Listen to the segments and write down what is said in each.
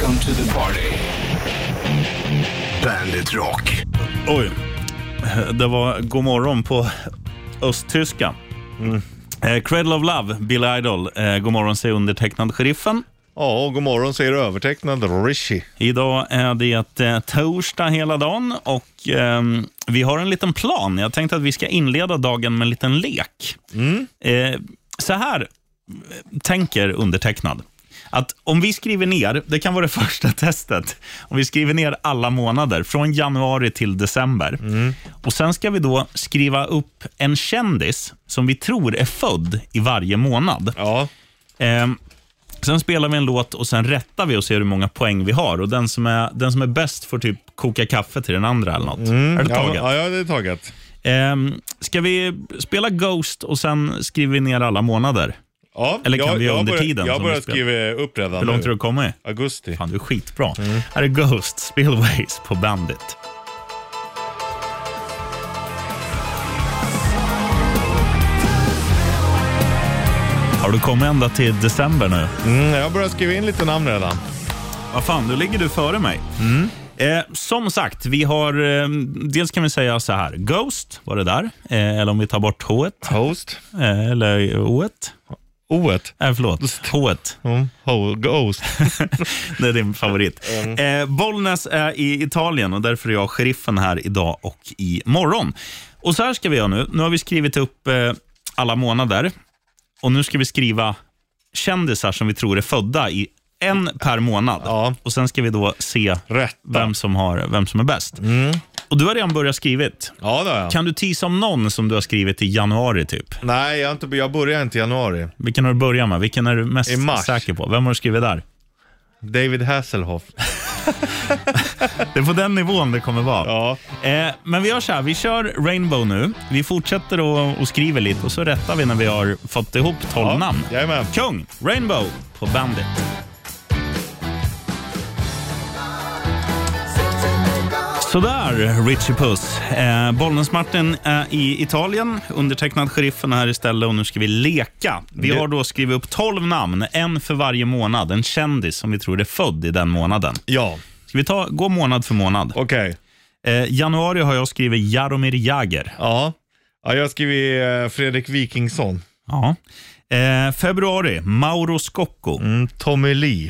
Welcome to the party. Bandit Rock. Oj, det var god morgon på östtyska. Cradle of Love, Billy Idol. God morgon säger undertecknad sheriffen. Ja, och god morgon säger övertecknad Rishi. Idag är det torsdag hela dagen och vi har en liten plan. Jag tänkte att vi ska inleda dagen med en liten lek. Så här tänker undertecknad. Att om vi skriver ner, det kan vara det första testet, om vi skriver ner alla månader från januari till december och sen ska vi då skriva upp en kändis som vi tror är född i varje månad. Ja. Sen spelar vi en låt och sen rättar vi och ser hur många poäng vi har. Och den som är bäst får typ koka kaffe till den andra eller något. Är det taget? Ja, det är taget. Ska vi spela Ghost och sen skriver vi ner alla månader? Ja, Eller kan vi göra under tiden? Jag börjar skriva upp redan. Hur långt har du kommit? Augusti. Fan, du är skitbra. Här är Ghost, Spillways på Bandit. Har du kommit ända till december nu? Jag börjar skriva in lite namn redan. Vad fan, då ligger du före mig. Som sagt, vi har dels kan vi säga så här. Ghost var det där. Eller om vi tar bort H-et. Host. Eller O-et. O-et. Förlåt, H-et. Ghost. Det är din favorit. Bollnäs är i Italien och därför är jag sheriffen här idag och imorgon. Och så här ska vi göra nu. Nu har vi skrivit upp alla månader. Och nu ska vi skriva kändisar som vi tror är födda i en per månad. Ja. Och sen ska vi då se vem som är bäst. Och du har redan börjat skrivit. Ja, det har jag. Kan du teasa om någon som du har skrivit i januari typ? Nej, jag börjar inte i januari. Vilken har du börjat med? Vilken är du mest säker på? Vem har du skrivit där? David Hasselhoff. Det är på den nivån det kommer vara. Ja. Men vi gör så här, vi kör Rainbow nu. Vi fortsätter och skriver lite och så rättar vi när vi har fått ihop 12 namn. Jajamän. Kung, Rainbow på Bandit. Sådär, Richie Puss. Bollnäs Martin är i Italien. Undertecknad sheriffen här istället och nu ska vi leka. Vi har då skrivit upp 12 namn, en för varje månad. En kändis som vi tror är född i den månaden. Ja. Ska vi gå månad för månad? Okej. Januari har jag skrivit Jaromir Jagr. Ja, jag skriver Fredrik Wikingsson. Ja. Februari, Mauro Scocco. Tommy Lee.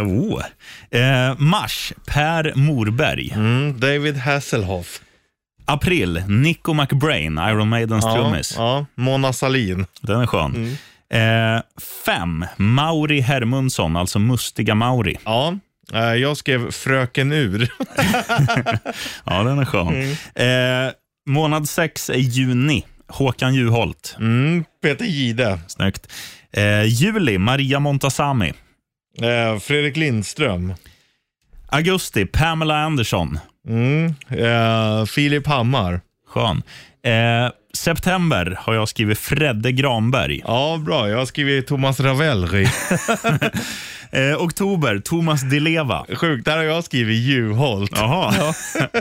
Mars, Per Morberg. David Hasselhoff. April, Nico McBrain, Iron Maidens trummis. Ja, Mona Sahlin. Den är skön. 5, Mauri Hermundsson, alltså Mustiga Mauri. Ja, jag skrev Fröken Ur. Ja, den är skön. Månad 6 är juni, Håkan Juholt. Peter Gide. Snyggt. Juli, Maria Montazami. Fredrik Lindström. Augusti, Pamela Anderson. Filip Hammar. Skön. September har jag skrivit Fredde Granberg. Ja, bra. Jag har skrivit Thomas Ravelry. Oktober, Thomas Di Leva. Sjukt, där har jag skrivit Juholt. Jaha. Ja.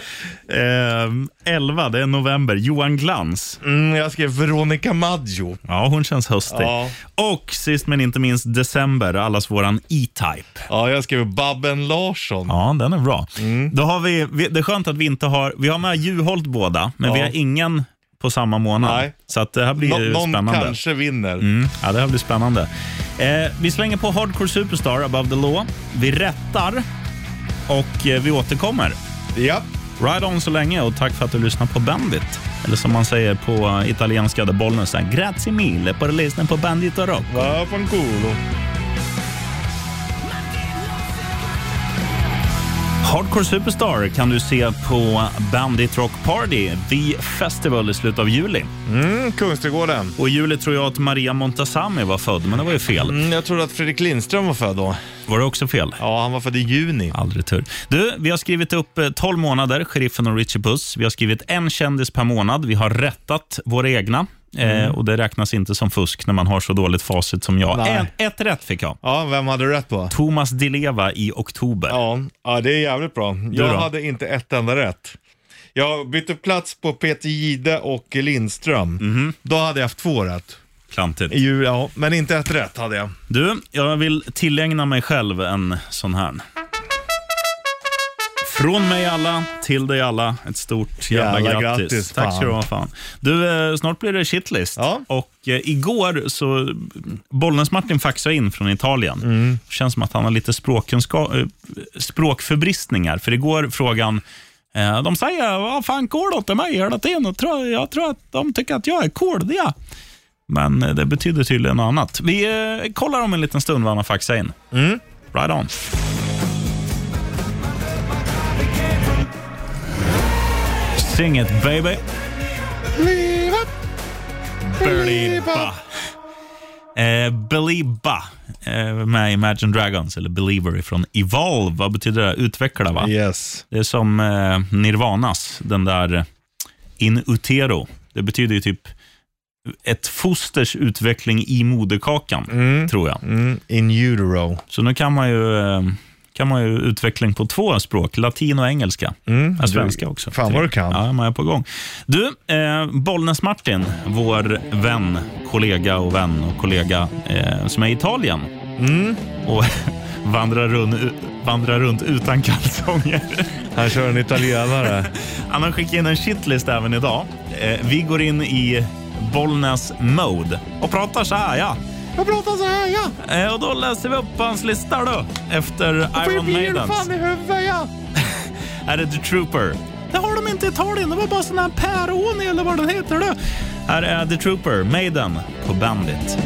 11, det är november, Johan Glans. Jag skrev Veronica Maggio. Ja, hon känns höstig. Ja. Och sist men inte minst december, allas våran E-Type. Ja, jag skrev Babben Larsson. Ja, den är bra. Då har vi det är skönt att vi inte har, vi har med Juholt båda, men vi har ingen på samma månad. Nej. Så att det här blir spännande. Någon kanske vinner. Ja, det här blir spännande. Vi slänger på Hardcore Superstar, Above the Law. Vi rättar och vi återkommer. Ja. Ride on så länge och tack för att du lyssnar på Bandit. Eller som man säger på italienska där bollen säger grazie mille per lyssna på Bandit och rock. Va fan culo. Hardcore Superstar kan du se på Bandit Rock Party, The Festival i slutet av juli. Kungsträdgården. Och i juli tror jag att Maria Montazami var född, men det var ju fel. Jag tror att Fredrik Lindström var född då. Var det också fel? Ja, han var född i juni. Aldrig tur. Du, vi har skrivit upp 12 månader, sheriffen och Richie Puss. Vi har skrivit en kändis per månad. Vi har rättat våra egna. Och det räknas inte som fusk när man har så dåligt facit som jag. Ett rätt fick jag. Ja, vem hade du rätt på? Thomas Di Leva i oktober. Ja, det är jävligt bra. Jag hade inte ett enda rätt. Jag bytte plats på Peter Gide och Lindström. Då hade jag haft 2 rätt. Klantigt. Ja, men inte ett rätt hade jag. Du, jag vill tillägna mig själv en sån här. Från mig alla till dig alla, ett stort jävla grattis. Tack ska du ha, fan. Du, snart blir det shitlist. Ja. Och igår så Bollnäs Martin faxade in från Italien. Känns som att han har lite språkförbristningar. För igår frågan, de säger, vad fan cool åt mig hela tiden. Jag tror att de tycker att jag är cool, ja. Men det betyder tydligen något annat. Vi kollar om en liten stund vad han har faxat in. Right on. Sing it, baby. Believer. Believer med Imagine Dragons, eller Believer från Evolve. Vad betyder det? Utveckla, va? Yes. Det är som Nirvanas, den där in utero. Det betyder ju typ ett fosters utveckling i moderkakan, tror jag. In utero. Så nu kan man ju utveckling på 2 språk, latin och engelska. Svenska också. Fan vad du kan. Ja, man är på gång. Du, Bollnäs Martin, vår vän, kollega och kollega som är i Italien. Och vandrar runt utan kalsonger. Han kör en italienare. Han har skickat in en shitlist även idag. Vi går in i Bollnäs mode och pratar så här, ja. Jag pratar så här, ja. Och då läser vi upp hans lista då, efter Iron Maidens. Fan i huvudet, ja. Här är The Trooper. Det har de inte i Italien, det var bara sån här Peroni eller vad den heter då. Här är The Trooper, Maiden på Bandit.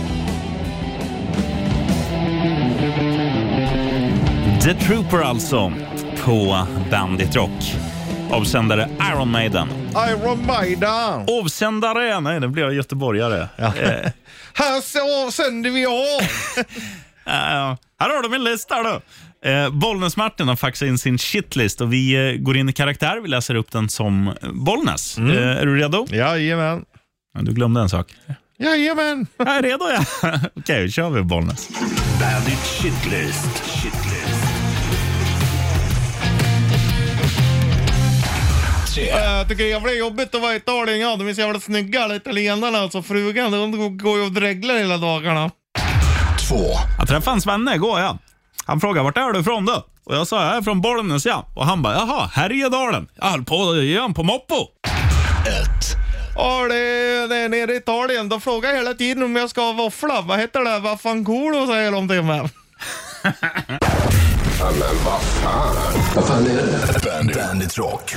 The Trooper alltså på Bandit Rock. Avsändare Iron Maiden. Iron Maiden. Avsändare, nej, det blir göteborgare. Ja. Här så sänder vi av. Här har du min lista då. Bollnäs Martin har faxat in sin shitlist och vi går in i karaktär. Vi läser upp den som Bollnäs. Är du redo? Jajamän. Du glömde en sak. Jajamän. Jag är redo, ja. Okej, kör vi Bollnäs. Bandit shitlist. Jag tycker det är jävla jobbigt att vara i Italien. Ja, de är så jävla snygga, alla italienarna. Alltså frugan, de går ju och dreglar hela dagarna. 2. Jag träffade en svenne igår, ja. Han frågade, vart är du ifrån då? Och jag sa, jag är från Bollnäs, ja. Och han bara, jaha, Härjedalen. Jag höll på Moppo. 1. Ja, det är nere i Italien. De frågar hela tiden om jag ska ha våffla. Vad heter det? Vad fan cool, säger de till mig. Ja, men vad fan är det? Bandit Rock.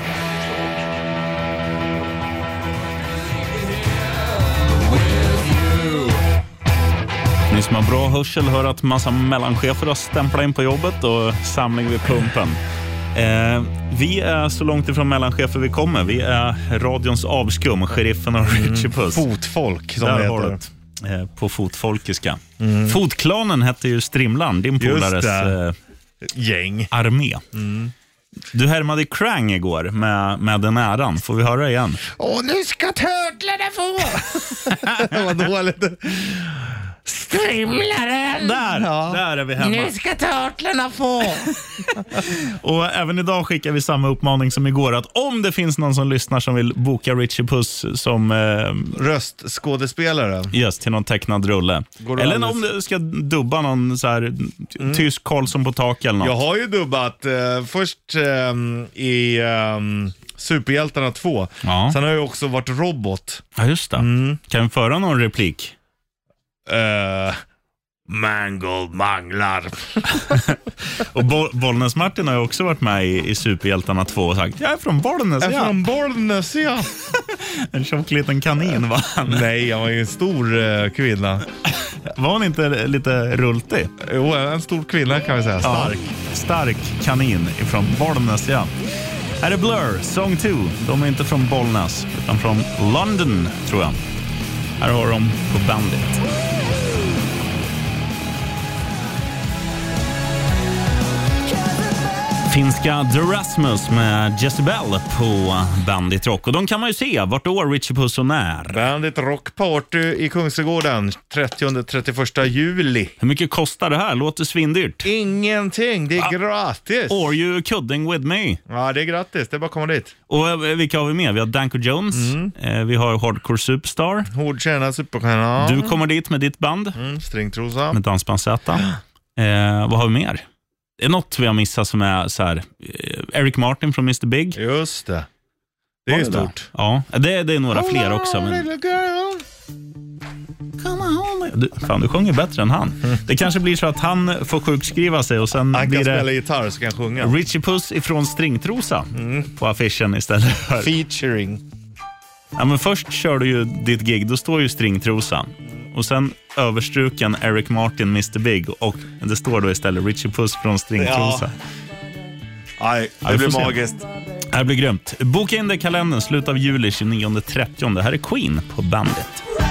Ni som har bra hörsel hör att massa mellanchefer har stämplat in på jobbet och samling vid pumpen. Vi är så långt ifrån mellanchefer vi kommer. Vi är radions avskum, sheriffen och Richie Puss. Fotfolk som där det heter. På fotfolkiska. Fotklanen hette ju Strimland, din polares gäng. armé. Du härmade Krang igår med den äran. Får vi höra igen? Och nu ska törtlarna få! Vad dåligt. Strimlaren! Där är vi hemma. Nu ska törtlarna få! Och även idag skickar vi samma uppmaning som igår, att om det finns någon som lyssnar som vill boka Richie Puss som röstskådespelare just till någon tecknad rulle. Eller om du ska dubba någon så här tysk Karlsson på tak eller något. Jag har ju dubbat först i Superhjältarna 2. Ja. Sen har jag också varit robot. Ja, just det. Kan vi föra någon replik? Mangold manglar. Och Bollnäs Martin har ju också varit med i Superhjältarna 2 och sagt, jag är från Bollnäs, Jag är från Bollnäs, ja. En tjock liten kanin var han. Nej, jag var ju en stor kvinna. Var hon inte lite rultig? Jo, en stor kvinna kan vi säga. Stark. Ja, stark kanin ifrån Bollnäs, ja. Här är Blur, Song 2. De är inte från Bollnäs, utan från London, tror jag. Här har de på Bandit. Finska The Rasmus med Jezebel på Bandit Rock. Och de kan man ju se vart då Richie Puss och när. Bandit Rock Party i Kungsträdgården 30-31 juli. Hur mycket kostar det här? Låter svindyrt. Ingenting, det är gratis. Are you kidding with me? Ja, det är gratis, det är bara att komma dit. Och vilka har vi med? Vi har Danko Jones, vi har Hardcore Superstar. Hårdtjärna superstjärna. Du kommer dit med ditt band. Stringtrosa. Med Dansband Z. Vad har vi mer? Det är något vi har missat som är så här, Eric Martin från Mr. Big. Just det. Det är ju stort. Ja, det är några fler också. Men... Du sjunger bättre än han. Det kanske blir så att han får sjukskriva sig och sen han blir kan det spela gitarr så kan sjunga. Richie Puss ifrån Stringtrosa på affischen istället för... Featuring. Ja, men först kör du ju ditt gig, då står ju Stringtrosa. Och sen överstruken Eric Martin, Mr. Big. Och det står då istället Richie Puss från Stringtrosa. Nej, det blir magiskt. Det här blir grymt. Boka in det i kalendern, slut av juli 29-30. Det här är Queen på Bandit.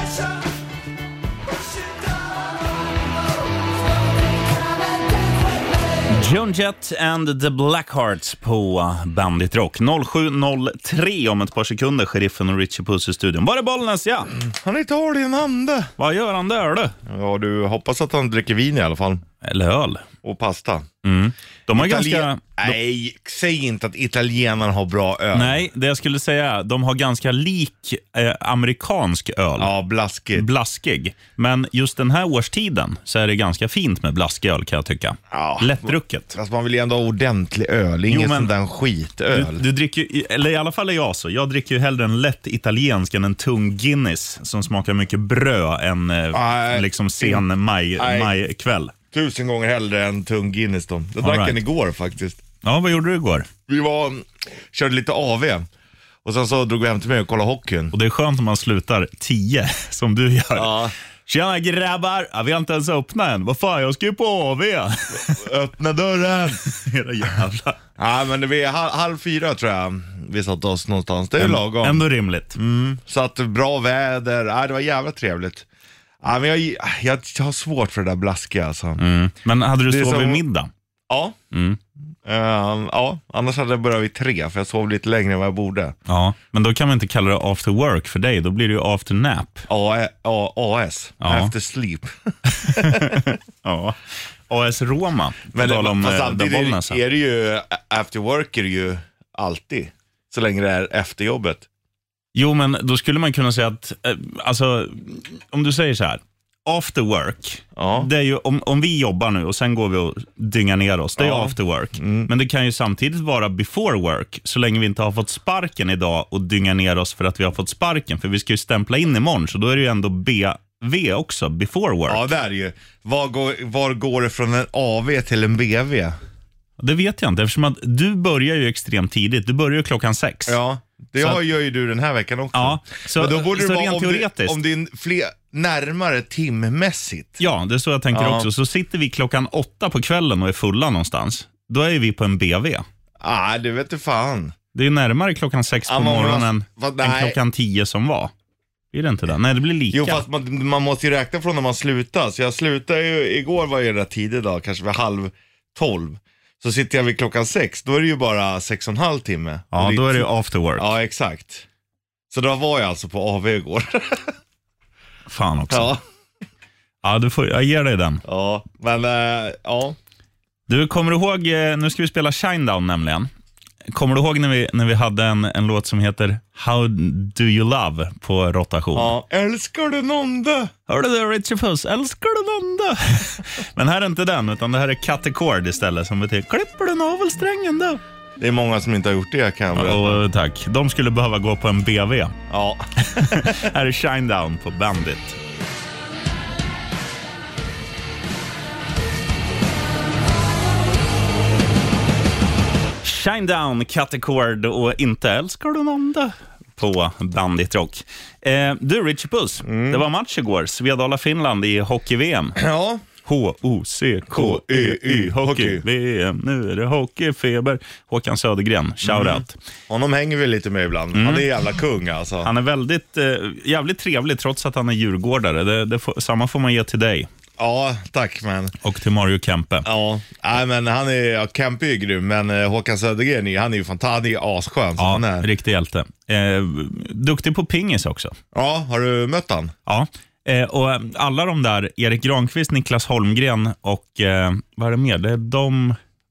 Joan Jett and the Blackhearts på Bandit Rock. 07.03 om ett par sekunder. Sheriffen och Richie Puss i studion. Var är Bollnäs? Ja. Han är Italienande. Vad gör han där du? Ja, du hoppas att han dricker vin i alla fall. Eller öl. Och pasta. De har ganska... Nej, säg inte att italienarna har bra öl. Nej, det jag skulle säga, de har ganska lik amerikansk öl. Ja, blaskig. Men just den här årstiden så är det ganska fint med blaskig öl, kan jag tycka. Ja. Lättdrucket. Alltså man vill ju ändå ha ordentlig öl, ingen sån där skitöl. Du dricker, eller i alla fall är jag så. Jag dricker ju hellre en lätt italiensk än en tung Guinness som smakar mycket bröd än liksom sen majkväll. 1000 gånger hellre än tung Guinness då. Det drack en igår faktiskt. Ja, vad gjorde du igår? Vi körde lite AV. Och sen så drog vi hem till mig och kollade hockeyn. Och det är skönt om man slutar 10 som du gör. Ja. Tjena grabbar, vi har inte ens öppnat än. Vad fan, jag ska ju på AV. Öppna dörren. Era jävla. Ja, men det är 3:30 tror jag. Vi satt oss någonstans. Det är lagom. Ändå rimligt. Så att bra väder. Det var jävligt trevligt. Ja, men jag har svårt för det där blaskiga alltså. Men hade du sovit middag? Ja. Ja, annars hade jag börjat vid 3 för jag sov lite längre än vad jag borde. Ja, men då kan man inte kalla det after work för dig. Då blir det ju after nap. AS, after sleep. Ja. AS Roma. Men samtidigt är det ju after work är det ju alltid. Så länge det är efter jobbet. Jo, men då skulle man kunna säga att alltså, om du säger så här, after work, det är ju om vi jobbar nu och sen går vi och dyngar ner oss, det är ju after work. Men det kan ju samtidigt vara before work, så länge vi inte har fått sparken idag och dyngar ner oss för att vi har fått sparken, för vi ska ju stämpla in imorgon, så då är det ju ändå BV också, before work. Ja, det är ju. Var går det från en AV till en BV? Det vet jag inte, eftersom att du börjar ju extremt tidigt, du börjar ju 6:00. Ja. Det gör ju du den här veckan också. Ja, så då borde det vara rent teoretiskt. om det är närmare timmässigt. Ja, det är så jag tänker också. Så sitter vi 8:00 på kvällen och är fulla någonstans. Då är vi på en BV. Det vet du fan. Det är närmare 6:00 på morgonen än 10:00 som var. Är det inte det? Nej, det blir lika. Jo, fast man måste ju räkna från när man slutar. Så jag slutade ju, igår var ju rätt tidigt då, kanske vid 11:30. Så sitter jag vid 6:00, då är det ju bara 6,5 timme. Ja, då är det ju after work. Ja, exakt. Så då var jag alltså på AV igår. Fan också. Ja, jag ger dig den. Ja, men ja. Du, kommer du ihåg, nu ska vi spela Shinedown nämligen. Kommer du ihåg när vi hade en låt som heter How Do You Love på rotation? Ja, älskar du nånde? Hörde du Richie Puss? Älskar du nånde? Men här är inte den, utan det här är Cut the Cord istället, som betyder klipper du navelsträngen då? Det är många som inte har gjort det, kan jag berätta. Tack. De skulle behöva gå på en BV. Ja. Här är Shinedown på Bandit. Shinedown, Cut the Cord och inte älskar du nånde på Bandit Rock. Du, Richie Puss, det var match igår. Svedala-Finland i hockey-VM. Ja. H-O-C-K-E-Y hockey-VM. Nu är det hockeyfeber. Håkan Södergren, shoutout. Honom hänger vi lite med ibland. Han är jävla kung alltså. Han är väldigt jävligt trevlig trots att han är djurgårdare. Samma får man ge till dig. Ja, tack man. Och till Mario Kempe. Ja, men Kempe är ju grym, men Håkan Södergren han är ju fantastisk, han är asskön. Ja, han är riktig hjälte. Duktig på pingis också. Ja, har du mött han? Ja, och alla de där, Erik Granqvist, Niklas Holmgren och vad är det mer? Det är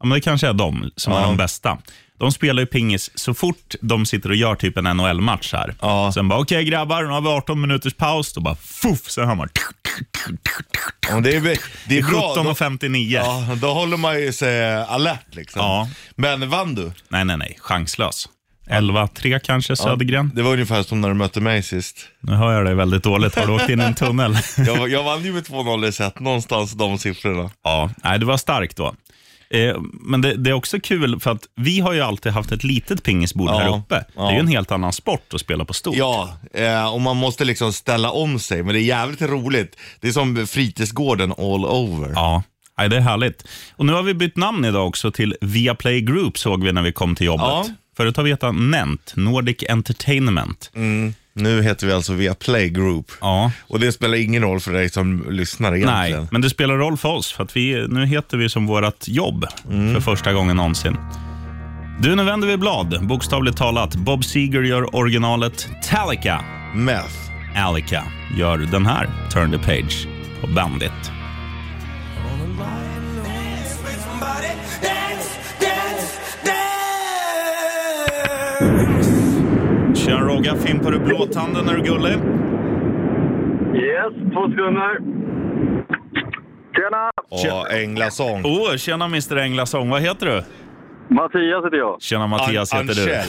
Ja, men det kanske är de som är de bästa. De spelar ju pingis så fort de sitter och gör typ en NHL-match här. Ja. Sen bara, okej grabbar, nu har vi 18 minuters paus. Då bara, sen hör man... Ja, det är bra. 17:59. Ja, då håller man ju sig alert liksom. Ja. Men vann du? Nej, chanslös. 11-3 kanske, Södergren. Det var ungefär som när du mötte mig sist. Nu hör jag dig väldigt dåligt. Har du åkt in i en tunnel? jag vann ju med 2-0 i set, någonstans de siffrorna. Ja, nej, det var starkt då. Men det är också kul för att vi har ju alltid haft ett litet pingisbord här uppe. Det är ju en helt annan sport att spela på stort. Ja, och man måste liksom ställa om sig. Men det är jävligt roligt. Det är som fritidsgården all over. Ja, det är härligt. Och nu har vi bytt namn idag också till Viaplay Group, såg vi när vi kom till jobbet. Ja. Förut har vi hetat NENT, Nordic Entertainment. Nu heter vi alltså Viaplay Group. Ja. Och det spelar ingen roll för dig som lyssnar egentligen. Nej, men det spelar roll för oss. För att nu heter vi som vårat jobb för första gången någonsin. Du, nu vänder vi blad. Bokstavligt talat, Bob Seger gör originalet Talica. Meth. Alika gör den här, Turn the Page, på Bandit. Tjena Rogga, fimpar du blåtanden när du gullig? Yes, 2 sekunder. Tjena! Änglasång. Tjena Mr. Änglasång, vad heter du? Mattias heter jag. Tjena Mattias heter du.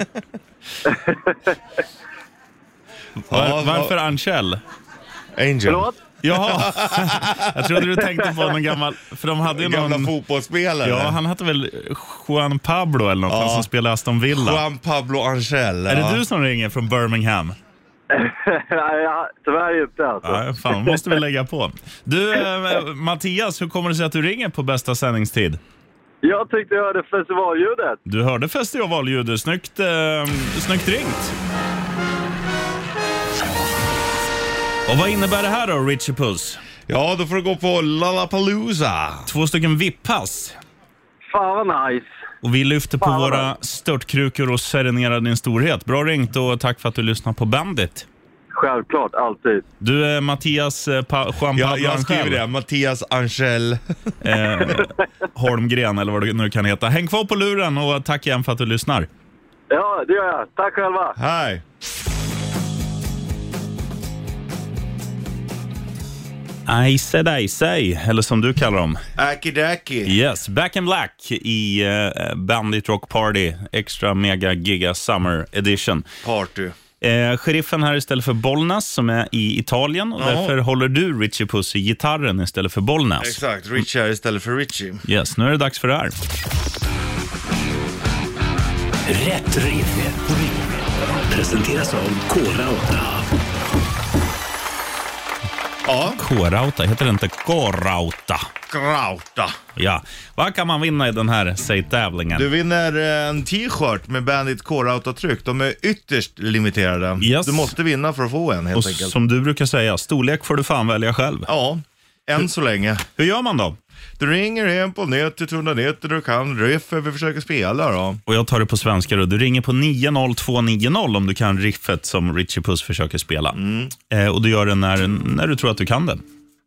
Varför Angel? Angel. Förlåt? Jaha, jag trodde du tänkte på någon gammal... För de hade ju gamla någon fotbollsspelare. Ja, han hette väl Juan Pablo eller något som spelar Aston Villa. Juan Pablo Angel. Är det du som ringer från Birmingham? Nej, tyvärr inte alltså. Ja, fan, måste vi lägga på. Du, Mattias, hur kommer det sig att du ringer på bästa sändningstid? Jag tyckte jag hörde festivaljudet. Du hörde festivaljudet, snyggt ringt. Och vad innebär det här då, Richie Puss? Ja, då får du gå på Lollapalooza. 2 stycken VIP-pass. Fan vad nice. Och vi lyfter på våra störtkrukor och serenerar din storhet. Bra ringt och tack för att du lyssnar på Bandit. Självklart, alltid. Du är Mattias Juan Pablo jag skriver det, Mattias Angel Holmgren eller vad det nu kan heta. Häng kvar på luren och tack igen för att du lyssnar. Ja, det gör jag. Tack själva. Hej. I say, eller som du kallar dem. Aki-daki. Yes, Back in Black i Bandit Rock Party, extra mega giga summer edition. Party. Sheriffen här istället för Bollnäs som är i Italien och därför håller du Richie Puss i gitarren istället för Bollnäs. Exakt, Richie här istället för Richie. Yes, nu är det dags för det här. Rätt riff. Presenteras av Kora 8. Ja. K-rauta, heter det inte K-rauta? Krauta. Ja, vad kan man vinna i den här säg-tävlingen? Du vinner en t-shirt med Bandit K-rauta-tryck. De är ytterst limiterade. Yes. Du måste vinna för att få en helt och enkelt. Som du brukar säga, storlek får du fan välja själv. Ja, än så länge. Hur gör man då? Du ringer in på 90-290 du kan riffet vi försöker spela då. Och jag tar det på svenska då. Du ringer på 90290 om du kan riffet som Richie Puss försöker spela. Och du gör det när du tror att du kan det.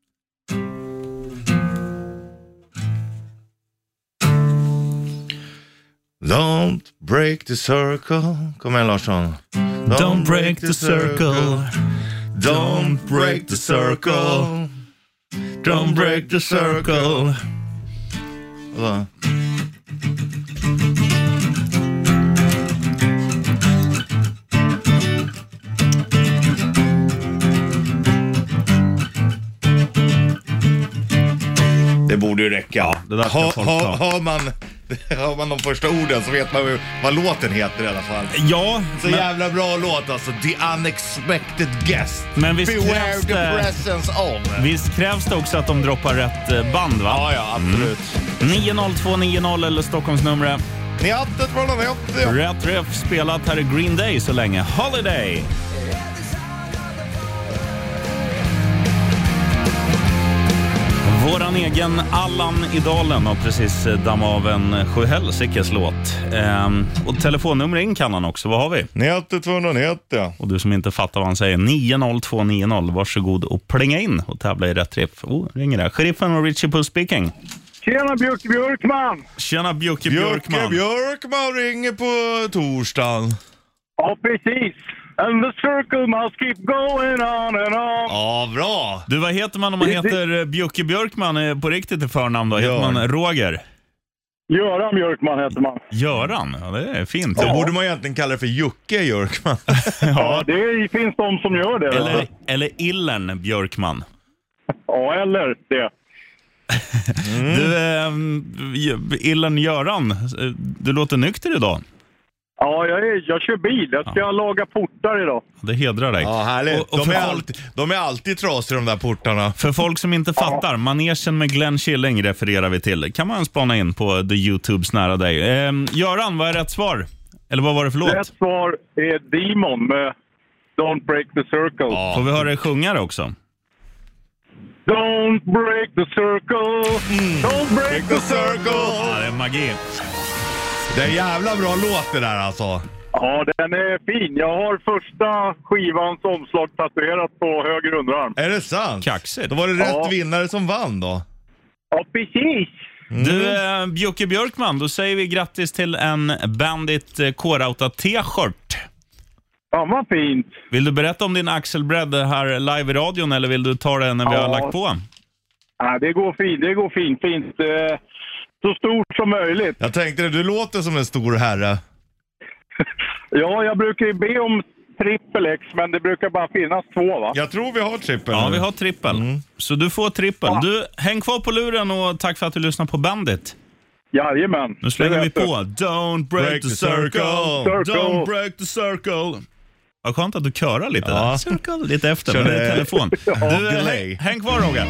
Don't break the circle. Kom igen Larsson. Don't break the circle. Don't break the circle. Don't break the circle. Va? Det borde ju räcka. Ja, det där har man de första orden så vet man ju vad låten heter i alla fall. Ja, så jävla bra låt alltså. The Unexpected Guest. Men visst Beware the presence of. Visst krävs det också att de droppar rätt band, va? Ja, absolut. 90290 eller Stockholmsnumret. 90-290. Rätt riff spelat här i Green Day så länge. Holiday. Våran egen Allan Idalen har precis dammat av en Sjuhälsikes låt. Och telefonnummer in kan han också. Vad har vi? 90-290. Och du som inte fattar vad han säger, 90290. Varsågod och plinga in och tävla i rätt riff. Ringer det. Sheriffen och Richie Puss speaking. Tjena Björkman! Tjena Björkman. Björkman ringer på torsdagen. Ja, precis. And the circle must keep going on and on. Ja, bra. Du, vad heter man om man heter Björkman på riktigt i förnamn då? Heter man Roger? Göran Björkman heter man. Göran? Ja, det är fint. Så borde man egentligen kalla det för Jocke Björkman. Ja, det finns de som gör det. Eller Illern Björkman. Ja, eller det. Du, Illern Göran, du låter nykter idag. Ja, jag kör bil. Jag ska laga portar idag. Det hedrar dig. Ja, härligt. Och De är alltid trasiga, de där portarna. För folk som inte fattar, manegen med Glenn Killing refererar vi till. Kan man spana in på The YouTubes nära dig. Göran, vad är rätt svar? Eller vad var det för låt? Rätt svar är Demon med Don't Break the Circle. Ja. Får vi höra dig sjunga det också? Don't break the circle. Don't break the circle. Ja, det är magi. Det är en jävla bra låt det där alltså. Ja, den är fin. Jag har första skivans omslag tatuerat på höger underarm. Är det sant? Kaxigt. Då var det rätt vinnare som vann då. Ja, precis. Du, Bjocke Björkman, då säger vi grattis till en Bandit K-Rauta t-shirt. Ja, vad fint. Vill du berätta om din axelbredd här live i radion eller vill du ta det när vi har lagt på? Ja, det går fint. Det går fint. Så stort som möjligt. Jag tänkte det, du låter som en stor herre. Ja, jag brukar ju be om trippel X, men det brukar bara finnas 2, va? Jag tror vi har trippel. Ja, vi har trippel. Så du får trippel. Ja. Du, häng kvar på luren och tack för att du lyssnar på Bandit. Jajamän. Nu slänger vi på Don't break the circle. Don't break the circle. Vad skönt att du körar lite där. Circle lite efter, men det är telefon. Du, häng kvar, Roger.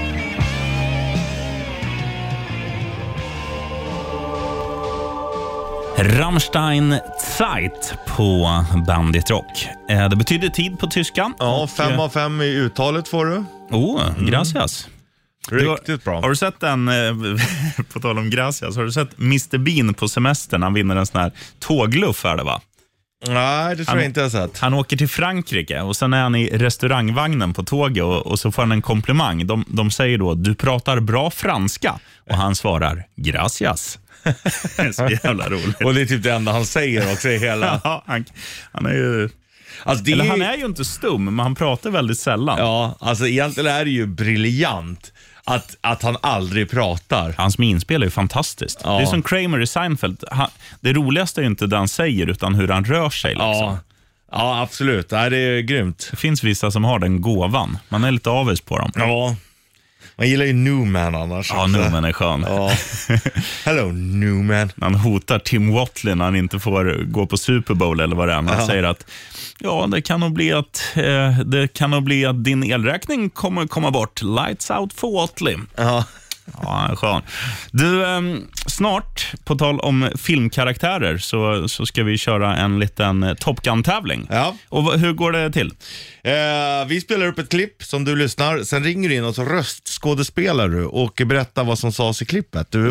Rammstein Zeit på Bandit Rock. Det betyder tid på tyska. Ja, 5 av 5 i uttalet får du. Gracias. Riktigt bra. Har du sett den, på tal om gracias, har du sett Mr. Bean på semestern? Han vinner en sån här tågluff, är det va? Nej, det tror jag inte jag har sett. Han åker till Frankrike och sen är han i restaurangvagnen på tåget och så får han en komplimang. De säger då, du pratar bra franska. Och han svarar, gracias. Det är så jävla roligt. Och det är typ det enda han säger också i hela... Ja, han är ju... Alltså han är ju inte stum, men han pratar väldigt sällan. Ja, alltså egentligen är det ju briljant att han aldrig pratar. Hans minspel är ju fantastiskt. Ja. Det är som Kramer i Seinfeld. Det roligaste är ju inte det han säger utan hur han rör sig liksom. Ja, absolut. Det är grymt. Det finns vissa som har den gåvan. Man är lite avis på dem. Ja. Man gillar ju Newman annars. Ja, Newman är skön. Ja. Hello, Newman. Han hotar Tim Watley när han inte får gå på Super Bowl eller vad det är. Han säger att det kan nog bli att din elräkning kommer komma bort. Lights out for Watley. Ja. Ja, skön. Du, snart, på tal om filmkaraktärer så ska vi köra en liten Top Gun-tävling. Ja. Och hur går det till? Vi spelar upp ett klipp som du lyssnar. Sen ringer du in och så röstskådespelar du och berättar vad som sades i klippet. Du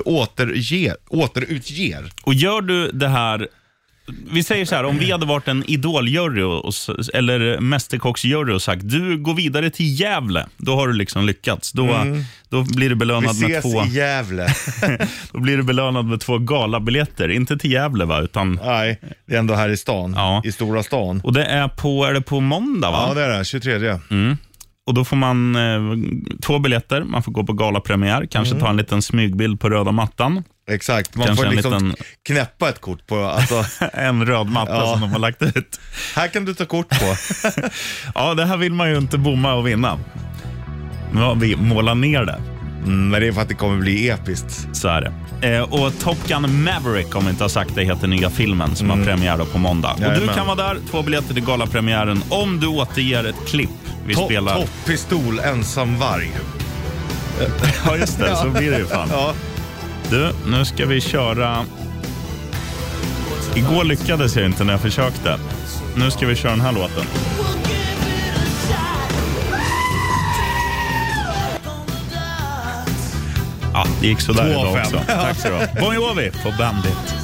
återutger. Och gör du det här... Vi säger så här, om vi hade varit en idoljury eller mästerkocksjury och sagt du går vidare till Gävle, då har du liksom lyckats. Då blir du belönad med 2. Vi ses i Gävle. Då blir du belönad med 2 galabiljetter, inte till Gävle va, utan nej, det är ändå här i stan, i stora stan. Och det är på måndag va? Ja, det är det, 23. Och då får man 2 biljetter, man får gå på galapremiär, kanske ta en liten smygbild på röda mattan. Exakt, man kanske får liksom knäppa ett kort på alltså. En röd matta som de har lagt ut. Här kan du ta kort på. Ja, det här vill man ju inte bomma och vinna. Ja, vi målar ner det. Men det är för att det kommer bli episkt. Så är det. Och Top Gun Maverick, om vi inte har sagt det, heter nya filmen som har premiär då på måndag. Och du kan vara där, 2 biljetter till galapremiären om du återger ett klipp. Vi spelar Toppistol, ensam varg. Ja just det, så blir det ju fan. Ja. Du, nu ska vi köra. Igår lyckades jag inte när jag försökte. Nu ska vi köra den här låten. Ja, det gick så där idag också. Tack så du. Bon Jovi på Bandit.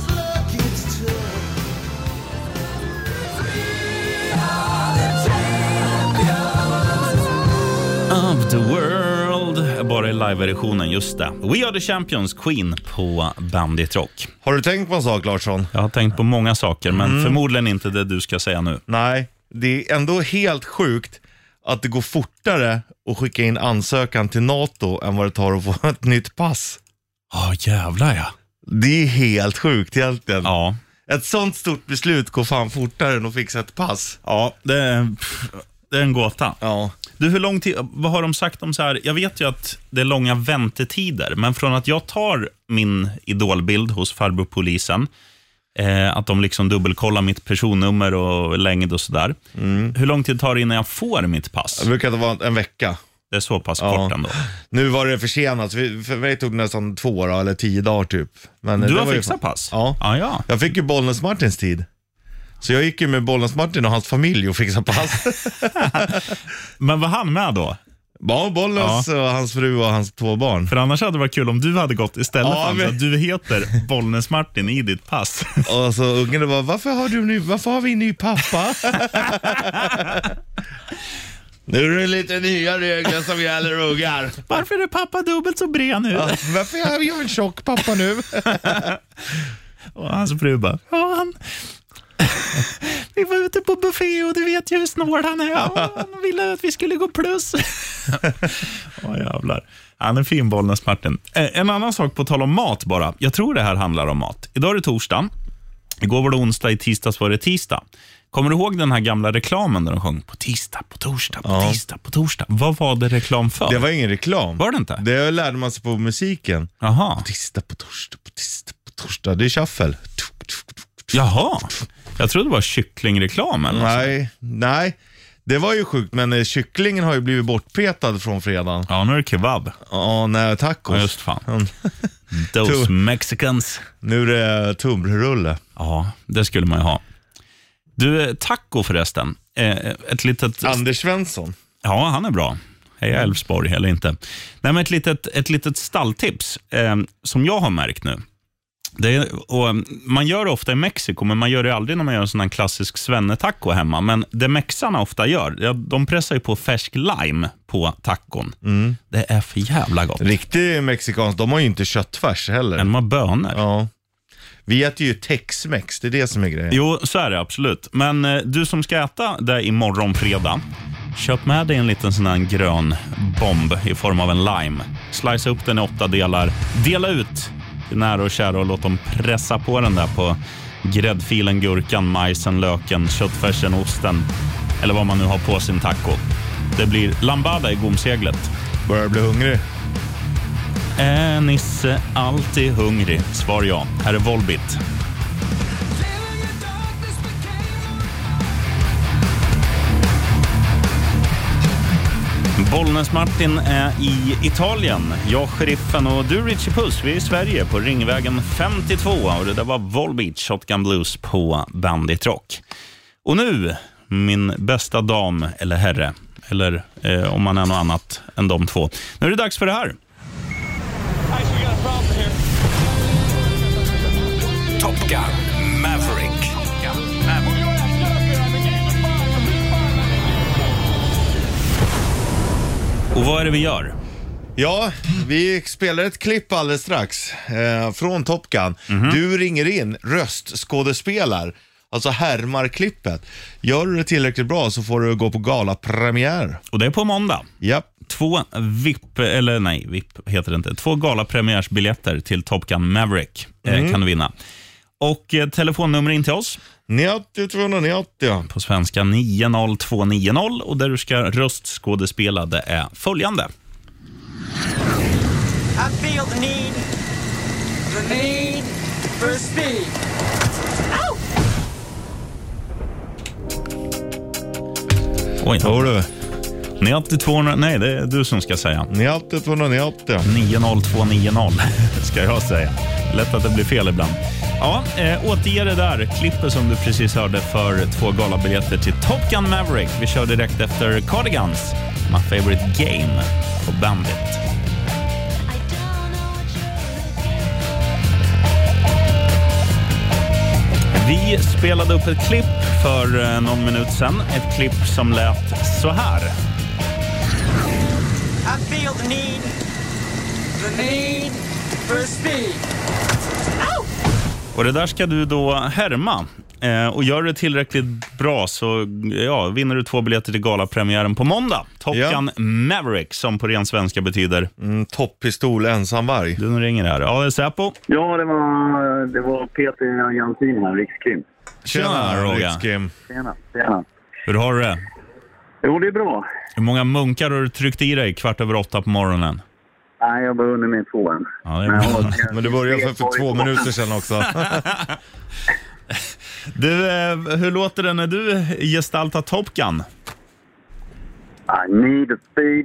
Of the world. Bara i live-versionen, just det. We Are The Champions, Queen på Bandit Rock. Har du tänkt på en sak, Larsson? Jag har tänkt på många saker, men förmodligen inte det du ska säga nu. Nej, det är ändå helt sjukt att det går fortare att skicka in ansökan till NATO än vad det tar att få ett nytt pass. Jävlar ja. Det är helt sjukt egentligen. Ja. Ett sånt stort beslut går fan fortare än att fixa ett pass. Ja, det är en gåta. Ja. Du, hur lång tid, vad har de sagt om så här? Jag vet ju att det är långa väntetider, men från att jag tar min idolbild hos farbror polisen, att de liksom dubbelkollar mitt personnummer och längd och sådär. Hur lång tid tar det innan jag får mitt pass? Det brukar vara en vecka. Det är så pass kort ändå. Nu var det försenat, för mig tog det nästan 2 eller 10 dagar typ. Men du det har var fixat pass? Ja. Ja. Jag fick ju Bollnäs Martins tid. Så jag gick ju med Bollnäs Martin och hans familj och fixade pass. Men var han med då? Ja, Bollnäs och hans fru och hans 2 barn. För annars hade det varit kul om du hade gått istället för att du heter Bollnäs Martin i ditt pass. Och så ungarna bara, varför har vi en ny pappa? Nu är det lite nya regler som gäller ungar. Varför är pappa dubbelt så bred nu? Ja, varför är jag en tjock pappa nu? Och hans fru bara, vi var ute på buffé och du vet ju hur snål han är. Han ville att vi skulle gå plus. Jävlar. Han är fin, Bollnäs Martin. En annan sak på tal om mat bara. Jag tror det här handlar om mat. Idag är det torsdag. Igår var det onsdag, i tisdags var det tisdag. Kommer du ihåg den här gamla reklamen där de sjöng på tisdag, på torsdag, på tisdag, på torsdag? Vad var det reklam för? Det var ingen reklam. Var det inte? Det lärde man sig på musiken. Jaha. På tisdag, på torsdag, på tisdag, på torsdag. Det är shuffle. Jaha. Jag trodde det var kycklingreklam eller Nej. Det var ju sjukt, men kycklingen har ju blivit bortpetad från fredagen. Ja, nu är det kebab. Ja, nej, tacos. Ja, just fan. Those Mexicans. Nu är det tunnbrödsrulle. Ja, det skulle man ju ha. Du, taco förresten. Ett litet... Anders Svensson. Ja, han är bra. Hej Älvsborg, eller inte. Nej, men ett litet stalltips som jag har märkt nu. Och man gör det ofta i Mexiko, men man gör det aldrig när man gör en sån här klassisk svennetaco hemma. Men det mexarna ofta gör, de pressar ju på färsk lime på tacon. Det är för jävla gott. Riktigt mexikansk, de har ju inte köttfärs heller. De har bönor. Ja. Vi äter ju Tex-Mex, det är det som är grejen. Jo, så är det absolut. Men du som ska äta det imorgon fredag, köp med dig en liten sån här grön bomb i form av en lime. Slice upp den i 8 delar. Dela ut till nära och kära och låt dem pressa på den där på gräddfilen, gurkan, majsen, löken, köttfärsen, osten eller vad man nu har på sin taco. Det blir lambada i gomseglet. Börjar bli hungrig? Är Nisse alltid hungrig? Svar ja. Här är Volbeat. Bollnäs Martin är i Italien. Jag, sheriffen och du, Richie Puss, vi är i Sverige på Ringvägen 52. Och det där var Volbeat, Shotgun Blues på Bandit Rock. Och nu, min bästa dam eller herre, eller om man är något annat än de två. Nu är det dags för det här. Top Gun Maverick. Och vad är det vi gör? Ja, vi spelar ett klipp alldeles strax från Top Gun. Du ringer in, röstskådespelar, alltså härmar klippet. Gör du det tillräckligt bra så får du gå på galapremiär. Och det är på måndag. Japp. 2 VIP heter det inte. 2 galapremiärsbiljetter till Top Gun Maverick kan du vinna. Och telefonnummer in till oss. 90 290. På svenska 90290. Och där du ska röstskådespela det är följande. I feel the need for speed. Oj, Hör du? 9200, nej det är du som ska säga. 90 290. 90290 ska jag säga. Lätt att det blir fel ibland. Ja, återge det där klippet som du precis hörde för 2 galabiljetter till Top Gun Maverick. Vi kör direkt efter Cardigans, My Favorite Game på Bandit. Vi spelade upp ett klipp för någon minut sedan. Ett klipp som lät så här. I feel the need The need for speed. Och det där ska du då härma. Och gör det tillräckligt bra så vinner du 2 biljetter till galapremiären på måndag. Top Gun Maverick, som på ren svenska betyder toppistol ensamvarg. Du ringer här. Ja, det är Säpo. Ja, det var Peter Jansson här, Rikskrim. Tjena, Roger. Rikskrim. Tjena. Hur har du det? Jo, det är bra. Hur många munkar har du tryckt i dig 7:15 på morgonen? Nej, jag börjar under med 2 än. Ja, det är bra. Men du började för 2 minuter sedan också. Du, hur låter det när du gestaltar Top Gun? I need a speed.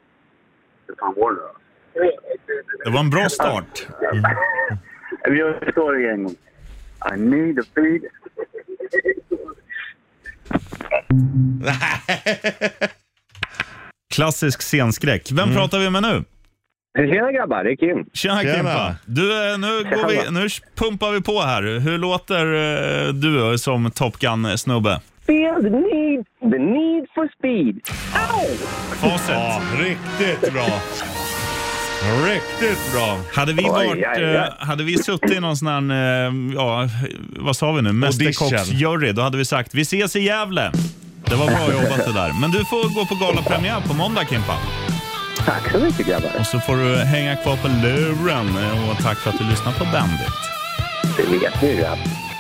Det var en bra start. Vi tar det en gång. I need a speed. Klassisk scenskräck. Vem pratar vi med nu? Tjena grabbar, det är Kim. Tjena Kimpa. Du, nu pumpar vi på här. Hur låter du som Top Gun-snubbe? Feel the need for speed. Ow! Facit. Ja, riktigt bra. Riktigt bra. Hade vi suttit i någon sån här, vad sa vi nu? Mästerkocksjury, då hade vi sagt, vi ses i Gävle. Det var bra jobbat det där. Men du får gå på galapremiär på måndag, Kimpa. Tack så mycket grabbar. Och så får du hänga kvar på luren. Och tack för att du lyssnar på Bandit. Det vet du, grabbar.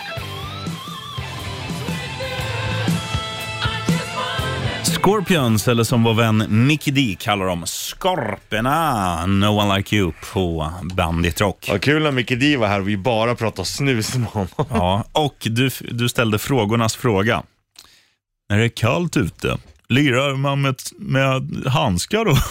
Scorpions, eller som vår vän Mickey D kallar dem, Skorporna. No One Like You på Bandit Rock. Ja, kul när Mickey D var här och vi bara pratade snus med honom. Ja, och du ställde frågornas fråga. När det är kallt ute, lirar man med handskar då?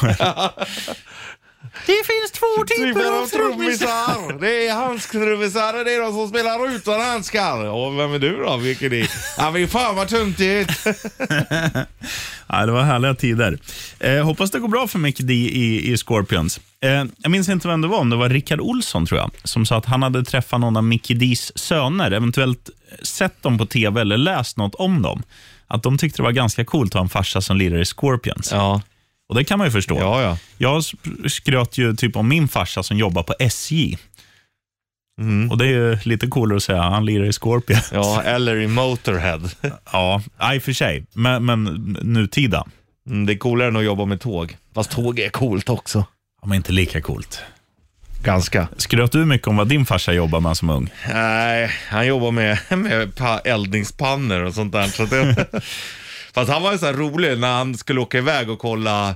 Det finns 2 typer av trummisar. Det är handsktrummisar och det är de som spelar utan handskar. Och vem är du då, Mickey D? Ja, vi fan vad tuntigt. Ja, det var härliga tider. Hoppas det går bra för Mickey D i Scorpions. Jag minns inte vem det var, om det var Rickard Olsson tror jag, som sa att han hade träffat någon av Mickey D's söner, eventuellt sett dem på tv eller läst något om dem. Att de tyckte det var ganska coolt att ha en farsa som lirar i Scorpions. Ja. Och det kan man ju förstå. Ja. Jag skröt ju typ om min farsa som jobbar på SJ. Och det är ju lite coolare att säga han lirar i Scorpions. Ja, eller i Motorhead. Ja, i och för sig. Men nutida. Det är coolare än att jobba med tåg. Fast tåg är coolt också. Ja, men inte lika coolt. Ganska. Skröt du mycket om vad din farsa jobbar med som ung? Nej, han jobbar med eldningspannor och sånt där. Så det... Fast han var ju så här rolig när han skulle åka iväg och kolla.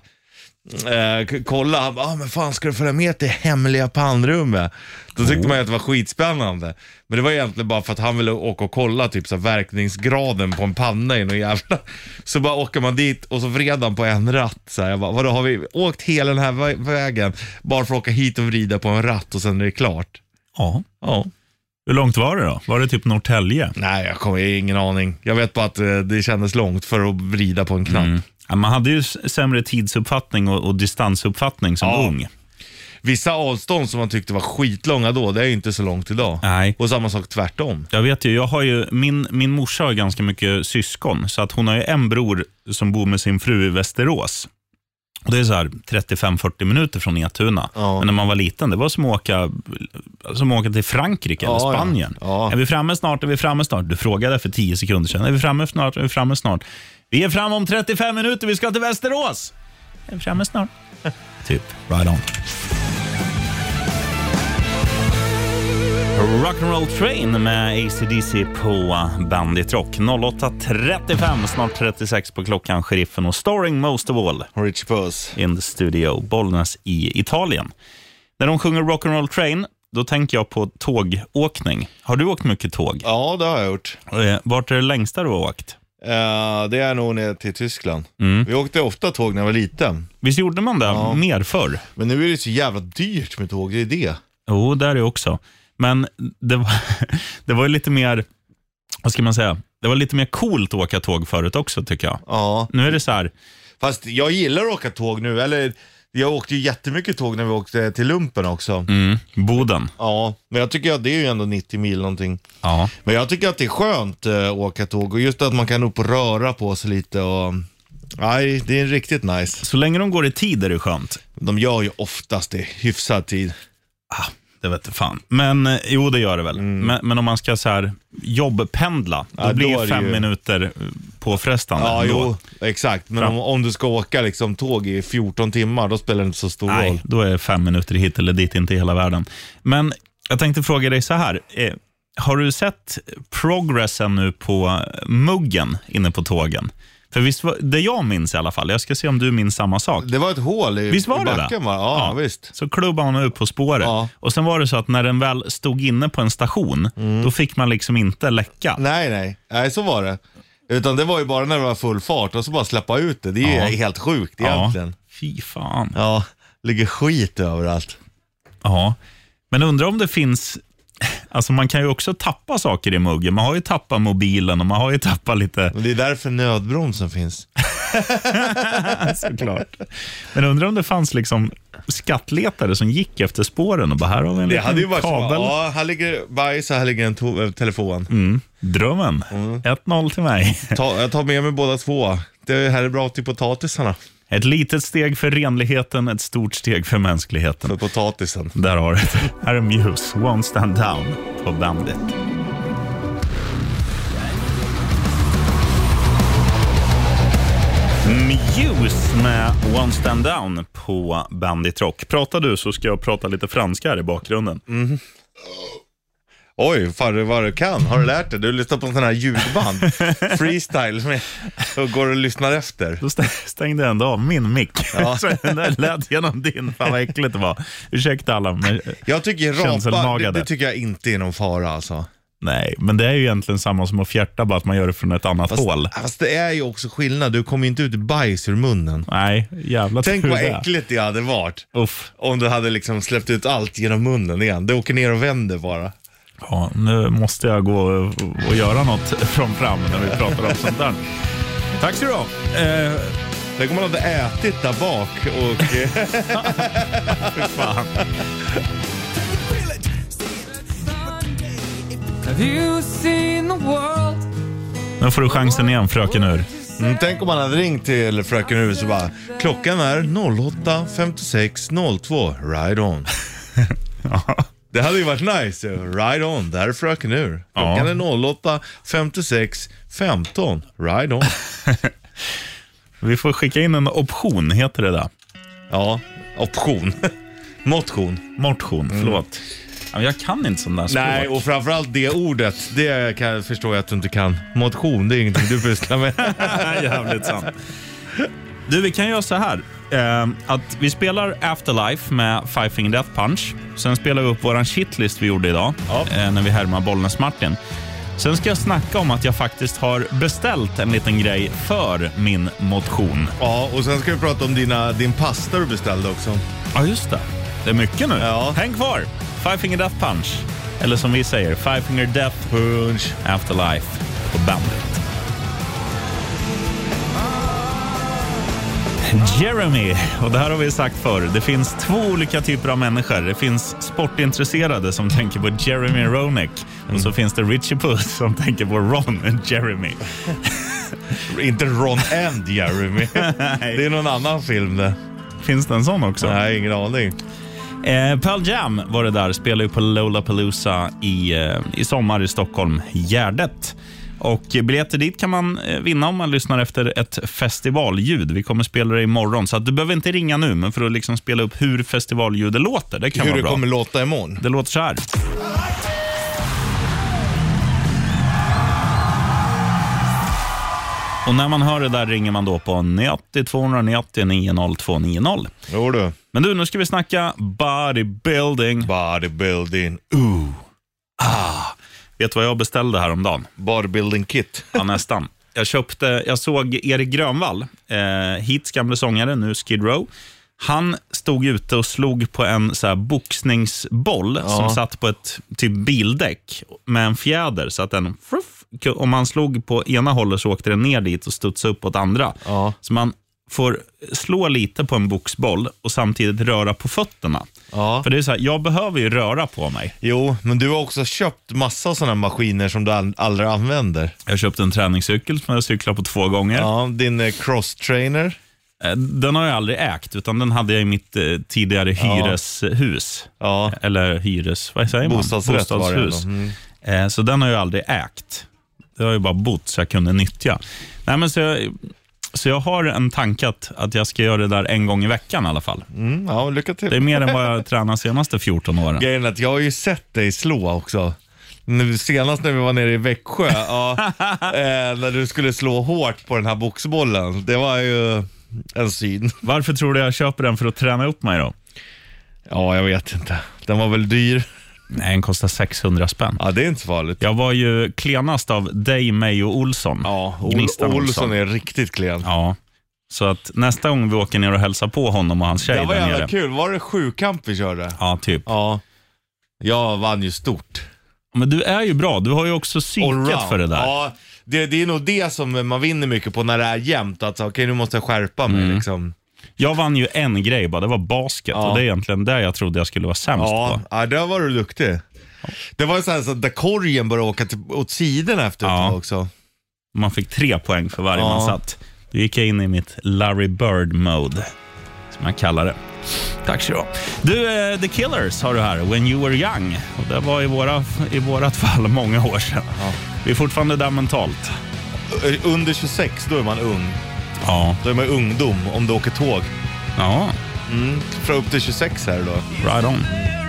Men fan, ska du följa med till hemliga pannrummet? Då tyckte man att det var skitspännande. Men det var egentligen bara för att han ville åka och kolla typ så verkningsgraden på en panna i någon jävla. Så bara åker man dit och så vred han på en ratt så här. Jag bara, vadå, har vi åkt hela den här vägen bara för att åka hit och vrida på en ratt och sen är det klart? Ja. Ja. Hur långt var det då? Var det typ Norrtälje? Nej, jag kommer ingen aning. Jag vet bara att det kändes långt för att vrida på en knapp. Ja, man hade ju sämre tidsuppfattning och distansuppfattning som ung. Vissa avstånd som man tyckte var skitlånga då, det är ju inte så långt idag. Nej. Och samma sak tvärtom. Jag vet ju, jag har ju min morsa har ganska mycket syskon, så att hon har ju en bror som bor med sin fru i Västerås. Och det är så här 35-40 minuter från Etuna. Ja. Men när man var liten, det var som att åka till Frankrike eller Spanien. Ja. Är vi framme snart? Du frågade för 10 sekunder sedan. Är vi framme snart? Vi är framme om 35 minuter, vi ska till Västerås. Är vi framme snart? Typ, right on. Rock'n'Roll Train med AC/DC på Bandit Rock. 08.35, snart 36 på klockan. Sheriffen och Storing Most of All. Rich Puss. In the studio, Bollnäs i Italien. När de sjunger Rock'n'Roll Train, då tänker jag på tågåkning. Har du åkt mycket tåg? Ja, det har jag gjort. Vart är det längsta du har åkt? Det är nog ner till Tyskland. Vi åkte ofta tåg när jag var liten. Visst gjorde man det mer förr? Men nu är det så jävla dyrt med tåg, det är det. Jo, där är det också. Men det var ju lite mer, vad ska man säga? Det var lite mer coolt att åka tåg förut också, tycker jag. Ja. Nu är det så här. Fast jag gillar att åka tåg nu, eller jag åkte ju jättemycket tåg när vi åkte till Lumpen också. Boden. Ja, men jag tycker att det är ju ändå 90 mil någonting. Ja. Men jag tycker att det är skönt att åka tåg. Och just att man kan upp och röra på sig lite och Nej, det är riktigt nice. Så länge de går i tid är det skönt. De gör ju oftast det, hyfsad tid. Det vet jag fan. Men jo, det gör det väl. Men om man ska så här jobbpendla, då blir det 5 minuter påfrestande. Ja, ändå. jo, exakt. Men om du ska åka liksom tåg i 14 timmar, då spelar det inte så stor roll. Nej, då är 5 minuter hit eller dit inte i hela världen. Men jag tänkte fråga dig så här. Har du sett progressen nu på muggen inne på tågen? För visst var, det jag minns i alla fall, jag ska se om du minns samma sak. Det var ett hål i, visst var i backen, det? va? Ja, visst. Så klubbade man upp på spåret. Ja. Och sen var det så att när den väl stod inne på en station, då fick man liksom inte läcka. Nej, så var det. Utan det var ju bara när det var full fart och så bara släppa ut det. Det är ju helt sjukt egentligen. Fy fan. Ja, ligger skit överallt. Ja, men undrar om det finns... Alltså man kan ju också tappa saker i muggen. Man har ju tappat mobilen och man har ju tappat lite... Men det är därför nödbromsen finns. Såklart. Men undrar om det fanns liksom skattletare som gick efter spåren och bara här har vi en det hade ju varit kabel. Så. Ja, här ligger bajs och här ligger en telefon. Drömmen. 1-0 till mig. Jag tar med mig båda två. Det här är bra till potatisarna. Ett litet steg för renligheten, ett stort steg för mänskligheten. För potatisen. Där har det. Här är Muse, Won't Stand Down på Bandit. Muse med Won't Stand Down på Bandit Rock. Pratar du så ska jag prata lite franska här i bakgrunden. Oj, vad du kan. Har du lärt dig? Du lyssnar på en sån här ljudband. Freestyle och går och lyssnar efter. Då stängde jag ändå av min mick. Ja. Så den där lät genom din. Fan vad äckligt det var. Ursäkta alla. Men jag tycker rapa, det tycker jag inte är någon fara alltså. Nej, men det är ju egentligen samma som att fjärta, bara att man gör det från ett annat hål. Fast det är ju också skillnad. Du kommer inte ut bajs ur munnen. Nej, jävla tur. Tänk vad äckligt det hade varit. Uff. Om du hade liksom släppt ut allt genom munnen igen. Det åker ner och vänder bara. Ja, nu måste jag gå och göra något från fram när vi pratar om sånt där. Tack så du ha. Tänk om man hade ätit där bak och... Fan. Have you seen the world? Nu får du chansen igen, fröken Ur. Tänk om man hade ringt till fröken Ur så bara, klockan är 08:56:02, ride on. Det hade ju varit nice, ride on, där är fröken Ur. Klockan är 08:56:15, ride on. Vi får skicka in en option, heter det där? Ja, option. Motion, förlåt. Jag kan inte sån där språk. Nej, och framförallt det ordet, det förstår jag att du inte kan. Motion, det är ingenting du pysslar med. Jävligt sant. Du, vi kan göra så här. Att vi spelar Afterlife med Five Finger Death Punch. Sen spelar vi upp våran shitlist vi gjorde idag. När vi härmar Bollnäs Martin. Sen ska jag snacka om att jag faktiskt har beställt en liten grej för min motion. Ja, och sen ska vi prata om din pasta du beställde också. Ja, just det. Det är mycket nu. Ja. Häng kvar. Five Finger Death Punch. Eller som vi säger, Five Finger Death Punch Afterlife på Bandit. Jeremy, och det här har vi sagt förr. Det finns 2 olika typer av människor. Det finns sportintresserade som tänker på Jeremy Roenick. Och så finns det Richie Puss som tänker på Ron och Jeremy. Inte Ron and Jeremy. Det är någon annan film det. Finns det en sån också? Nej, ingen aning. Pearl Jam var det där. Spelar ju på Lollapalooza i sommar i Stockholm, Gärdet. Och biljetter dit kan man vinna om man lyssnar efter ett festivalljud. Vi kommer spela det imorgon, så att du behöver inte ringa nu, men för att liksom spela upp hur festivalljudet låter, det kan vara bra. Hur det kommer låta imorgon. Det låter så här. Och när man hör det där ringer man då på 90 290 90290. Jo du. Men du, nu ska vi snacka bodybuilding. Bodybuilding. Vet du vad jag beställde häromdagen? Bodybuilding kit. Ja, nästan. Jag såg Erik Grönvall, Heats gamla sångare, nu Skid Row. Han stod ute och slog på en så här boxningsboll som satt på ett typ bildäck med en fjäder, så att den, om man slog på ena hållet så åkte den ner dit och studsade upp åt andra. Så man får slå lite på en boxboll och samtidigt röra på fötterna. Ja. För det är så här, jag behöver ju röra på mig. Jo, men du har också köpt massa sådana maskiner som du aldrig använder. Jag köpte en träningscykel som jag cyklar på 2 gånger. Ja, din cross-trainer. Den har jag aldrig ägt, utan den hade jag i mitt tidigare hyreshus. Ja. Eller vad säger man? Bostadsrätt var det ändå. Så den har jag aldrig ägt. Det har ju bara bott så jag kunde nyttja. Nej, men så jag har en tanke att jag ska göra det där en gång i veckan i alla fall. Ja, lycka till. Det är mer än vad jag tränar senaste 14 åren. Grejen är att jag har ju sett dig slå också. Senast när vi var nere i Växjö, när du skulle slå hårt på den här boxbollen. Det var ju en syn. Varför tror du jag köper den för att träna upp mig då? Ja, jag vet inte. Den var väl dyr? Nej, den kostar 600 spänn. Ja, det är inte så farligt. Jag var ju klenast av dig, mig och Olsson. Ja, Gnistan Olsson är riktigt klen. Ja, så att nästa gång vi åker ner och hälsar på honom och hans tjej Det var där jävla nere. kul. Var det 7-kamp vi körde? Ja, typ. Ja. Jag vann ju stort. Men du är ju bra. Du har ju också psyket för det där. Ja, det är nog det som man vinner mycket på när det är jämnt. Att okej, nu måste jag skärpa mig liksom. Jag vann ju en grej bara, det var basket. Och det är egentligen där jag trodde jag skulle vara sämst på. Ja, där var du duktig. Det var så här så där korgen började åka åt sidan efter ett tag också. Man fick 3 poäng för varje man satt. Då gick jag in i mitt Larry Bird-mode, som jag kallar det. Tack så du. Du, The Killers har du här, When You Were Young. Och det var i vårat fall många år sedan. Vi är fortfarande där mentalt. Under 26, då är man ung. Ja. Då är man ungdom om du åker tåg. Ja. Från upp till 26 här då. Right on.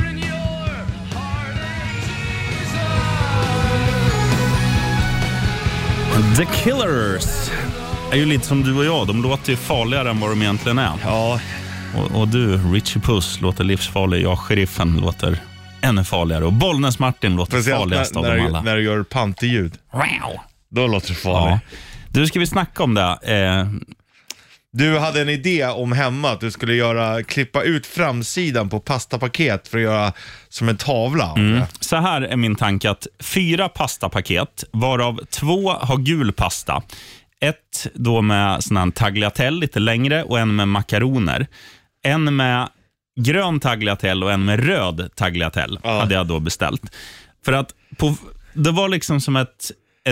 The Killers är ju lite som du och jag. De låter ju farligare än vad de egentligen är. Ja. Och du, Richie Puss, låter livsfarlig. Jag, Sheriffen, låter ännu farligare. Och Bollnäs Martin låter farligast av dem alla. När du gör panterljud. Wow. Då låter det farligt. Ja. Du, ska vi snacka om det? Du hade en idé om hemma att du skulle klippa ut framsidan på pastapaket för att göra som en tavla. Så här är min tanke, att 4 pastapaket, varav 2 har gul pasta. 1 då med sån här tagliatelle lite längre och en med makaroner. En med grön tagliatelle och en med röd tagliatelle hade jag då beställt. För att det var liksom som ett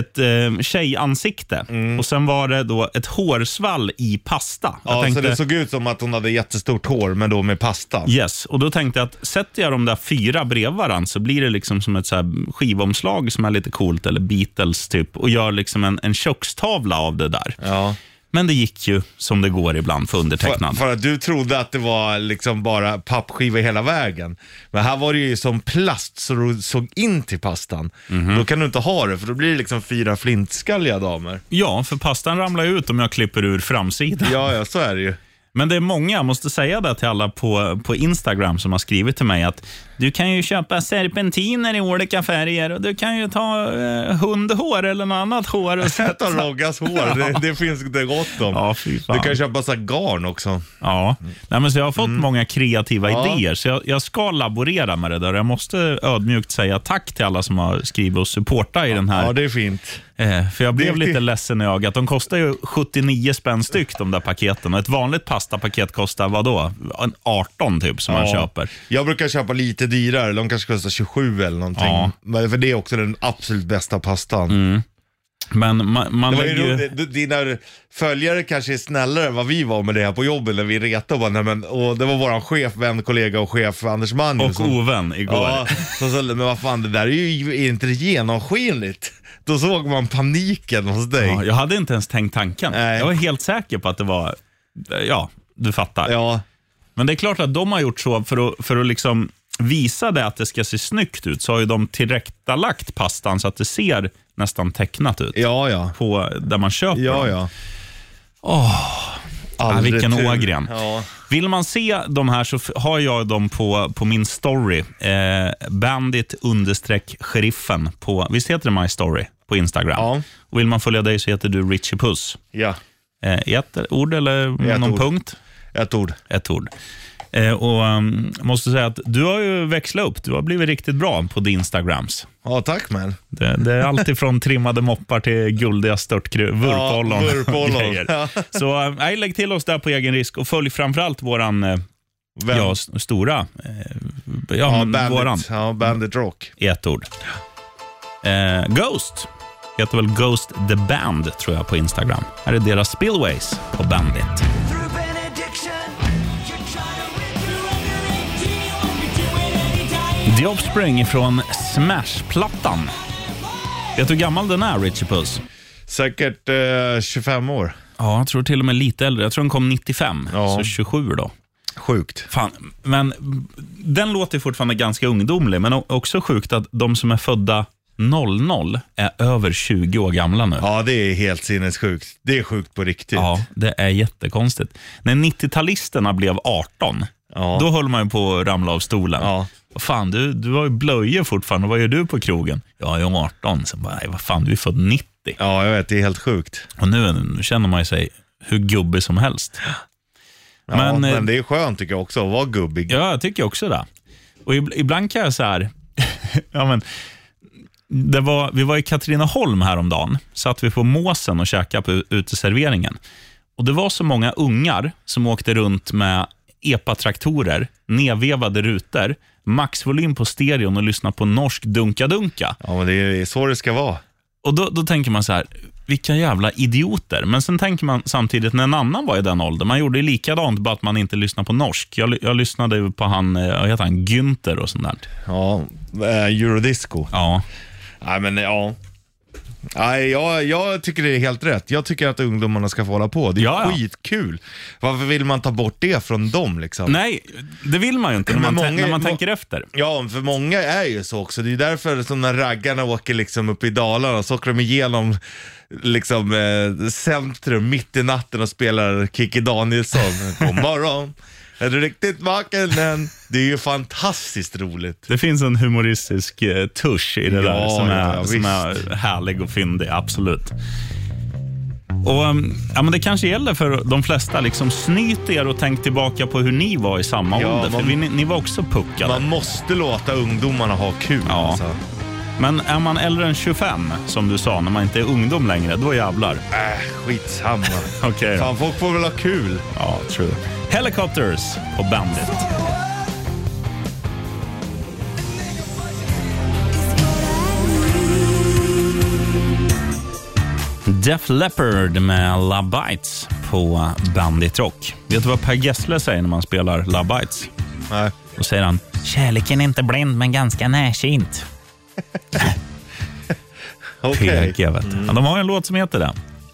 tjejansikte. Och sen var det då ett hårsvall i pasta. Ja, tänkte, så det såg ut som att hon hade jättestort hår, men då med pasta. Yes, och då tänkte jag att sätter jag de där 4 bredvid varandra så blir det liksom som ett så här skivomslag som är lite coolt, eller Beatles typ, och gör liksom en kökstavla av det där. Ja. Men det gick ju som det går ibland för undertecknad. För att du trodde att det var liksom bara pappskiva hela vägen. Men här var det ju som plast så du såg in till pastan. Då kan du inte ha det, för då blir det liksom 4 flintskalliga damer. Ja, för pastan ramlar ut om jag klipper ur framsidan. Ja, så är det ju. Men det är många, jag måste säga det till alla på Instagram som har skrivit till mig, att du kan ju köpa serpentiner i olika färger och du kan ju ta hundhår eller något annat hår och sätta Roggas hår, det finns det gott om. Ja, fy fan. Du kan köpa så här garn också. Ja, nej, men så jag har fått många kreativa idéer, så jag ska laborera med det där. Jag måste ödmjukt säga tack till alla som har skrivit och supportat i den här. Ja, det är fint. För jag blev lite ledsen i ögat. De kostar ju 79 spänn styck, de där paketen. Och ett vanligt pastapaket kostar vad då? 18 typ som man köper. Jag brukar köpa lite dyrare. De kanske kostar 27 eller någonting. Ja. Men för det är också den absolut bästa pastan. Men man dina följare kanske är snällare än vad vi var med det här på jobbet när vi retade. Och det var våran chef, vän, kollega och chef Anders Mann. Och ovän igår. Ja, men vad fan, det där är inte det genomskinligt. Då såg man paniken hos dig. Ja, jag hade inte ens tänkt tanken. Nej. Jag var helt säker på att det var, ja, du fattar. Ja. Men det är klart att de har gjort så för att liksom visa det att det ska se snyggt ut, så har ju de tillrättalagt pastan så att det ser nästan tecknat ut. Ja. På där man köper dem. Ja. Vilken Ågren. Ja. Vill man se de här så har jag dem på min story. Bandit_sheriffen på, visst heter det My Story på Instagram. Ja. Och vill man följa dig så heter du Richie Puss. Ja. Ett ord eller någon punkt? Ett ord. Ett ord. Och måste säga att du har ju växlat upp. Du har blivit riktigt bra på din Instagrams. Ja, tack man. Det är alltid från trimmade moppar till guldiga vurpollon. Vurpollon. Så lägg till oss där på egen risk och följ framförallt våran Vem? Ja, stora. Våran. Ja, Bandit Rock. I ett ord. Ghost heter väl Ghost the Band, tror jag, på Instagram. Här är deras Spillways på Bandit. The Offspring från Smash-plattan. Vet du hur gammal den är, Richie Puss? Säkert 25 år. Ja, jag tror till och med lite äldre. Jag tror den kom 95, Ja. så 27 då. Sjukt. Fan, men den låter fortfarande ganska ungdomlig, men också sjukt att de som är födda 00 är över 20 år gamla nu. Ja, det är helt sinnessjukt. Det är sjukt på riktigt. Ja, det är jättekonstigt. När 90-talisterna blev 18, då höll man ju på att ramla av stolen. Ja. Fan, du har ju blöjor fortfarande. Vad gör du på krogen? Ja, jag är 18. Så bara, vad fan, du är född 90. Ja, jag vet. Det är helt sjukt. Och nu känner man ju sig hur gubbig som helst. Ja, men det är skönt tycker jag också att vara gubbig. Ja, jag tycker också det. Och ibland kan jag så här... ja, men... vi var i Katrineholm häromdagen. Satt vi på Måsen och käkade på uteserveringen. Och det var så många ungar som åkte runt med epa-traktorer, nedvevade rutor, maxvolym på stereon och lyssnade på norsk dunka-dunka. Ja, men det är så det ska vara. Och då tänker man så här, vilka jävla idioter. Men sen tänker man samtidigt, när en annan var i den åldern, man gjorde likadant, bara att man inte lyssnade på norsk. Jag lyssnade på han Günther och sånt där. Ja, Eurodisco. Ja. Nej, men ja. Nej, jag tycker det är helt rätt. Jag tycker att ungdomarna ska få hålla på. Det är skitkul. Varför vill man ta bort det från dem liksom? Nej, det vill man ju inte när man tänker efter. Ja, för många är ju så också. Det är därför som när raggarna åker liksom upp i Dalarna så åker de igenom liksom centrum mitt i natten och spelar Kikki Danielsson. God morgon. Är du riktigt vaken än? Det är ju fantastiskt roligt. Det finns en humoristisk tusch i det där som är härlig och fyndig, absolut. Och men det kanske gäller för de flesta, liksom snyt er och tänk tillbaka på hur ni var i samma ålder, för ni var också puckade. Man måste låta ungdomarna ha kul. Ja. Alltså. Men är man äldre än 25, som du sa, när man inte är ungdom längre, då jävlar. Skitsamma. Okej. Fan, folk får väl ha kul. Ja, true. Helicopters på Bandit. Def Leppard med Love Bites på Bandit Rock. Vet du vad Per Gessle säger när man spelar Love Bites? Nej. Då säger han, kärleken är inte blind men ganska närsynt. Okej. PG, vet du. Ja, de har en låt som heter det.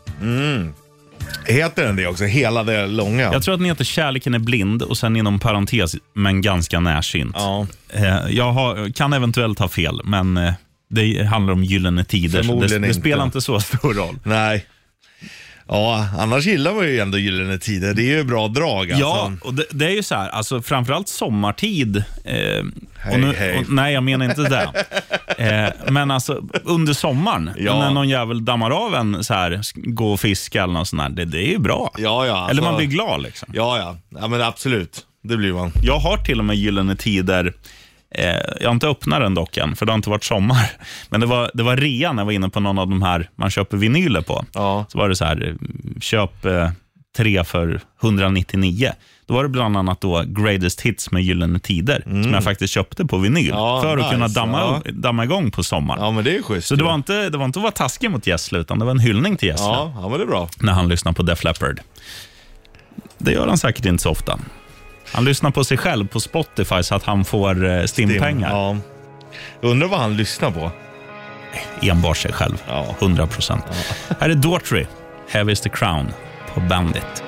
Heter den det också? Hela det långa? Jag tror att den heter Kärleken är blind och sen inom parentes men ganska närsynt. Ja. Jag kan eventuellt ha fel, men det handlar om gyllene tider. Det spelar inte så stor roll. Nej. Ja, annars gillar man ju ändå gyllene tider. Det är ju bra drag. Alltså. Ja, och det är ju så här, alltså framförallt sommartid. Hej. Nej, jag menar inte det. Men alltså under sommaren, när någon jävel dammar av en så här, gå och fiska eller något sånt där, det är ju bra. Ja, alltså, eller man blir glad liksom. Ja, men absolut. Det blir man. Jag har till och med gyllene tider. Jag har inte öppnat den dock än, för det har inte varit sommar. Men det var rea när jag var inne på någon av de här man köper vinyler på. Ja. Så var det så här, köp 3 för 199. Då var det bland annat då Greatest Hits med gyllene tider som jag faktiskt köpte på vinyl för att kunna damma igång på sommaren. Ja, men det är schysst. Så det var inte att vara taskig mot Gessle, utan det var en hyllning till Gessle. Ja, men det är bra. När han lyssnar på Def Leppard. Det gör han säkert inte så ofta. Han lyssnar på sig själv på Spotify så att han får stimpengar. Ja. Undrar vad han lyssnar på. Enbart sig själv. 100%. Här är Daughtry, Heavy is the Crown på Bandit.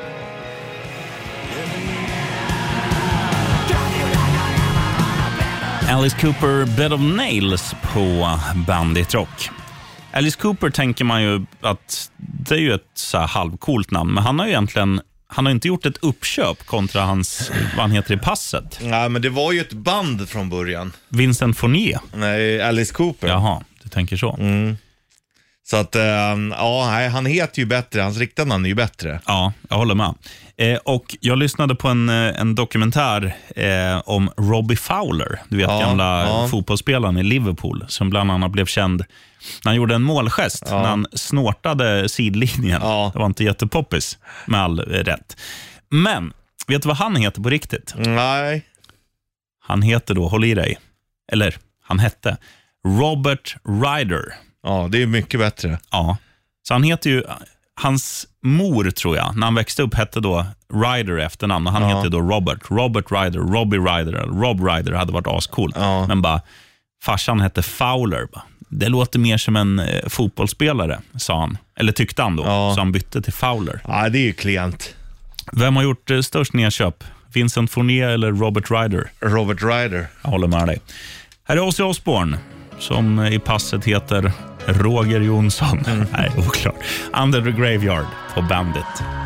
Alice Cooper, Bed of Nails på Bandit Rock. Alice Cooper tänker man ju att det är ju ett så här halvcoolt namn, men han har inte gjort ett uppköp kontra hans, vad han heter i passet. Nej, men det var ju ett band från början. Vincent Fournier. Nej, Alice Cooper. Jaha, du tänker så. Så att, han heter ju bättre. Hans riktiga namn är ju bättre. Ja, jag håller med. Och jag lyssnade på en dokumentär om Robbie Fowler. Du vet, gamla fotbollsspelaren i Liverpool, som bland annat blev känd när han gjorde en målgest, när han snortade sidlinjen. Det var inte jättepoppis med all rätt. Men vet du vad han heter på riktigt? Nej. Han heter då, håll i dig, eller han hette Robert Ryder. Ja, det är mycket bättre. Ja, så han heter ju, hans mor tror jag, när han växte upp hette då Ryder efternamn och han heter då Robert Ryder, Robbie Ryder, Rob Ryder hade varit ascool. Ja. Men bara, farsan hette Fowler. Det låter mer som en fotbollsspelare, sa han. Eller tyckte han då, så han bytte till Fowler. Ja, det är ju klient. Vem har gjort störst nedköp? Vincent Fournier eller Robert Ryder? Robert Ryder. Jag håller med dig. Här är Ozzy Osbourne, som i passet heter Roger Jonsson. Nej, oklart. Under the Graveyard på Bandit.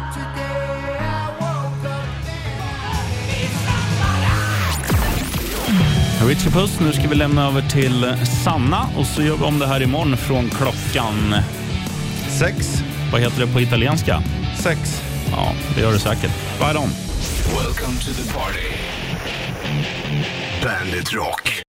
Richard Puss, nu ska vi lämna över till Sanna och så gör vi om det här imorgon från klockan 6. Vad heter det på italienska? 6. Ja, det gör det säkert. Right on. Welcome to the party. Bandit Rock.